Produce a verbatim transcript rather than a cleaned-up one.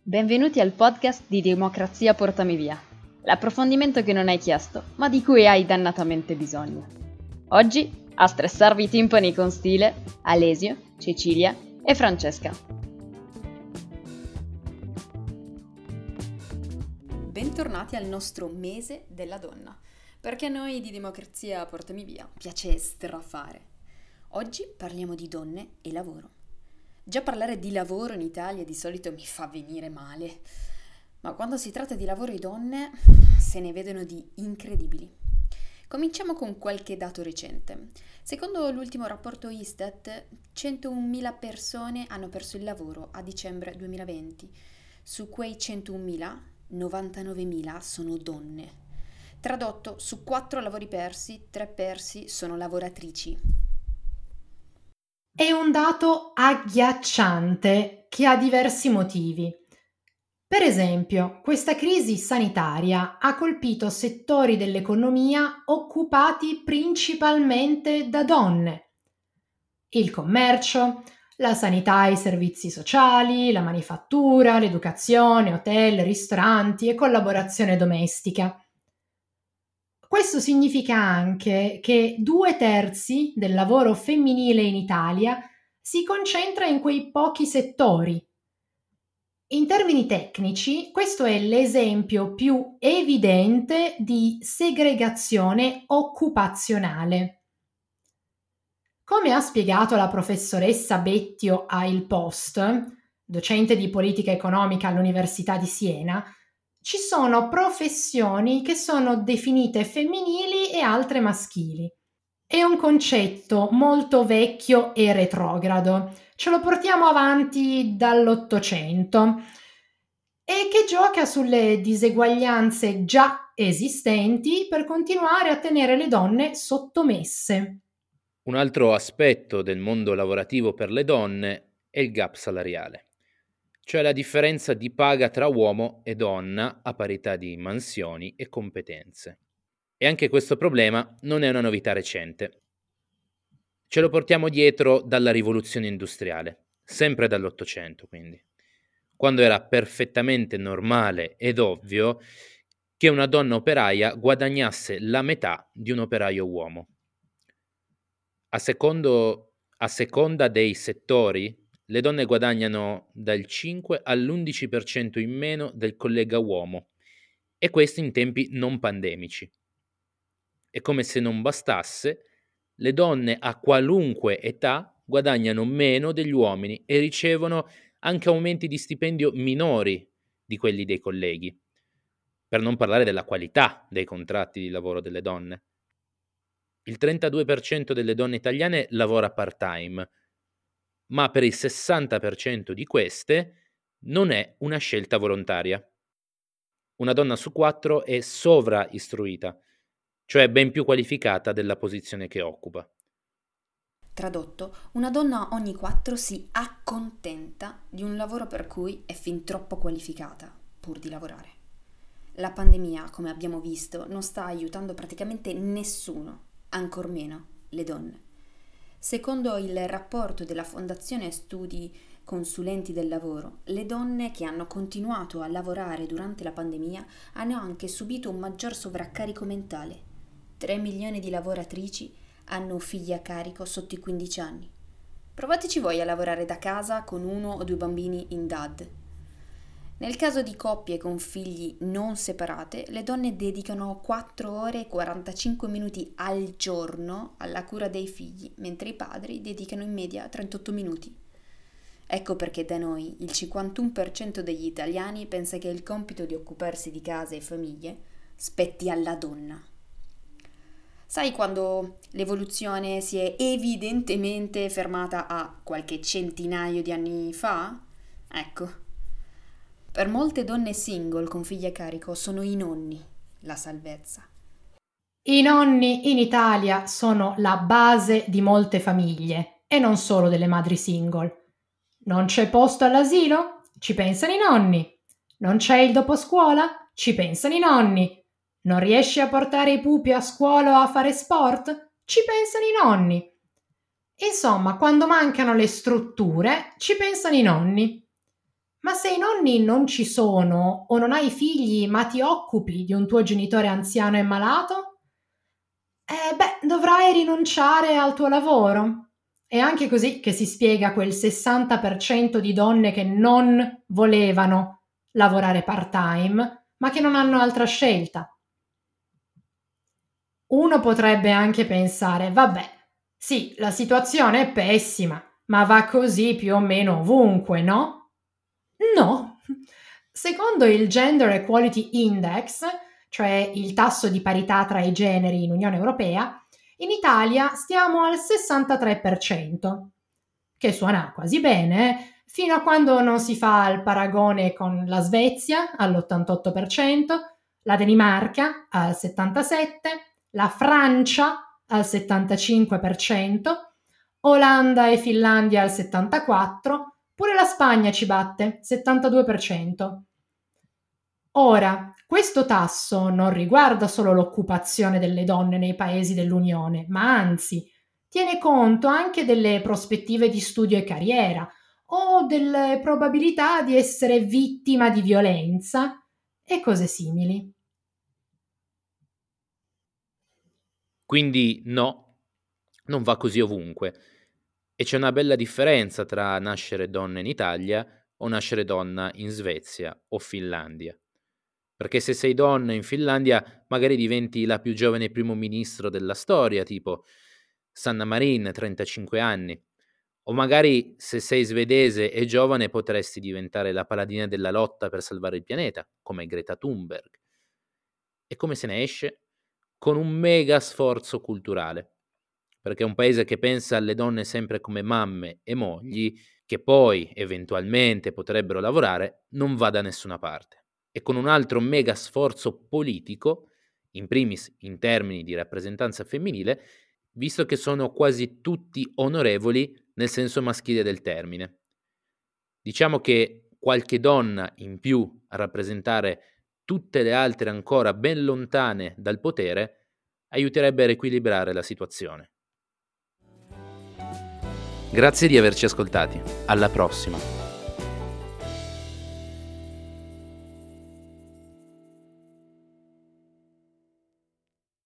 Benvenuti al podcast di Democrazia Portami Via, l'approfondimento che non hai chiesto, ma di cui hai dannatamente bisogno. Oggi, a stressarvi i timpani con stile, Alesio, Cecilia e Francesca. Bentornati al nostro mese della donna, perché a noi di Democrazia Portami Via piace strafare. Oggi parliamo di donne e lavoro. Già parlare di lavoro in Italia di solito mi fa venire male, ma quando si tratta di lavoro e donne se ne vedono di incredibili. Cominciamo con qualche dato recente. Secondo l'ultimo rapporto Istat, centounmila persone hanno perso il lavoro a dicembre duemilaventi. Su quei centounmila, novantanovemila sono donne. Tradotto, su quattro lavori persi, tre persi sono lavoratrici. È un dato agghiacciante che ha diversi motivi. Per esempio, questa crisi sanitaria ha colpito settori dell'economia occupati principalmente da donne. Il commercio, la sanità e i servizi sociali, la manifattura, l'educazione, hotel, ristoranti e collaborazione domestica. Questo significa anche che due terzi del lavoro femminile in Italia si concentra in quei pochi settori. In termini tecnici, questo è l'esempio più evidente di segregazione occupazionale. Come ha spiegato la professoressa Bettio a Il Post, docente di politica economica all'Università di Siena, ci sono professioni che sono definite femminili e altre maschili. È un concetto molto vecchio e retrogrado. Ce lo portiamo avanti dall'Ottocento e che gioca sulle diseguaglianze già esistenti per continuare a tenere le donne sottomesse. Un altro aspetto del mondo lavorativo per le donne è il gap salariale, cioè la differenza di paga tra uomo e donna a parità di mansioni e competenze. E anche questo problema non è una novità recente. Ce lo portiamo dietro dalla rivoluzione industriale, sempre dall'Ottocento quindi, quando era perfettamente normale ed ovvio che una donna operaia guadagnasse la metà di un operaio uomo. A, secondo, a seconda dei settori, le donne guadagnano dal cinque all'undici per cento in meno del collega uomo, e questo in tempi non pandemici. E come se non bastasse, le donne a qualunque età guadagnano meno degli uomini e ricevono anche aumenti di stipendio minori di quelli dei colleghi, per non parlare della qualità dei contratti di lavoro delle donne. Il trentadue per cento delle donne italiane lavora part-time, ma per il sessanta per cento di queste non è una scelta volontaria. Una donna su quattro è sovraistruita, cioè ben più qualificata della posizione che occupa. Tradotto, una donna ogni quattro si accontenta di un lavoro per cui è fin troppo qualificata pur di lavorare. La pandemia, come abbiamo visto, non sta aiutando praticamente nessuno, ancor meno le donne. Secondo il rapporto della Fondazione Studi Consulenti del Lavoro, le donne che hanno continuato a lavorare durante la pandemia hanno anche subito un maggior sovraccarico mentale. tre milioni di lavoratrici hanno figli a carico sotto i quindici anni. Provateci voi a lavorare da casa con uno o due bambini in D A D. Nel caso di coppie con figli non separate, le donne dedicano quattro ore e quarantacinque minuti al giorno alla cura dei figli, mentre i padri dedicano in media trentotto minuti. Ecco perché da noi il cinquantuno per cento degli italiani pensa che il compito di occuparsi di casa e famiglie spetti alla donna. Sai quando l'evoluzione si è evidentemente fermata a qualche centinaio di anni fa? Ecco. Per molte donne single con figli a carico sono i nonni la salvezza. I nonni in Italia sono la base di molte famiglie e non solo delle madri single. Non c'è posto all'asilo? Ci pensano i nonni. Non c'è il doposcuola? Ci pensano i nonni. Non riesci a portare i pupi a scuola o a fare sport? Ci pensano i nonni. Insomma, quando mancano le strutture, ci pensano i nonni. Ma se i nonni non ci sono o non hai figli ma ti occupi di un tuo genitore anziano e malato? Eh beh, dovrai rinunciare al tuo lavoro. È anche così che si spiega quel sessanta per cento di donne che non volevano lavorare part-time, ma che non hanno altra scelta. Uno potrebbe anche pensare, vabbè, sì, la situazione è pessima, ma va così più o meno ovunque, no? No. Secondo il Gender Equality Index, cioè il tasso di parità tra i generi in Unione Europea, in Italia stiamo al sessantatré per cento, che suona quasi bene, eh? Fino a quando non si fa il paragone con la Svezia all'ottantotto per cento, la Danimarca al settantasette per cento, la Francia al settantacinque per cento, Olanda e Finlandia al settantaquattro per cento, pure la Spagna ci batte, settantadue per cento. Ora, questo tasso non riguarda solo l'occupazione delle donne nei paesi dell'Unione, ma anzi tiene conto anche delle prospettive di studio e carriera o delle probabilità di essere vittima di violenza e cose simili. Quindi no, non va così ovunque. E c'è una bella differenza tra nascere donna in Italia o nascere donna in Svezia o Finlandia. Perché se sei donna in Finlandia magari diventi la più giovane primo ministro della storia, tipo Sanna Marin, trentacinque anni. O magari se sei svedese e giovane potresti diventare la paladina della lotta per salvare il pianeta, come Greta Thunberg. E come se ne esce? Con un mega sforzo culturale. Perché un paese che pensa alle donne sempre come mamme e mogli, che poi eventualmente potrebbero lavorare, non va da nessuna parte. E con un altro mega sforzo politico, in primis in termini di rappresentanza femminile, visto che sono quasi tutti onorevoli nel senso maschile del termine. Diciamo che qualche donna in più a rappresentare tutte le altre ancora ben lontane dal potere aiuterebbe a riequilibrare la situazione. Grazie di averci ascoltati. Alla prossima.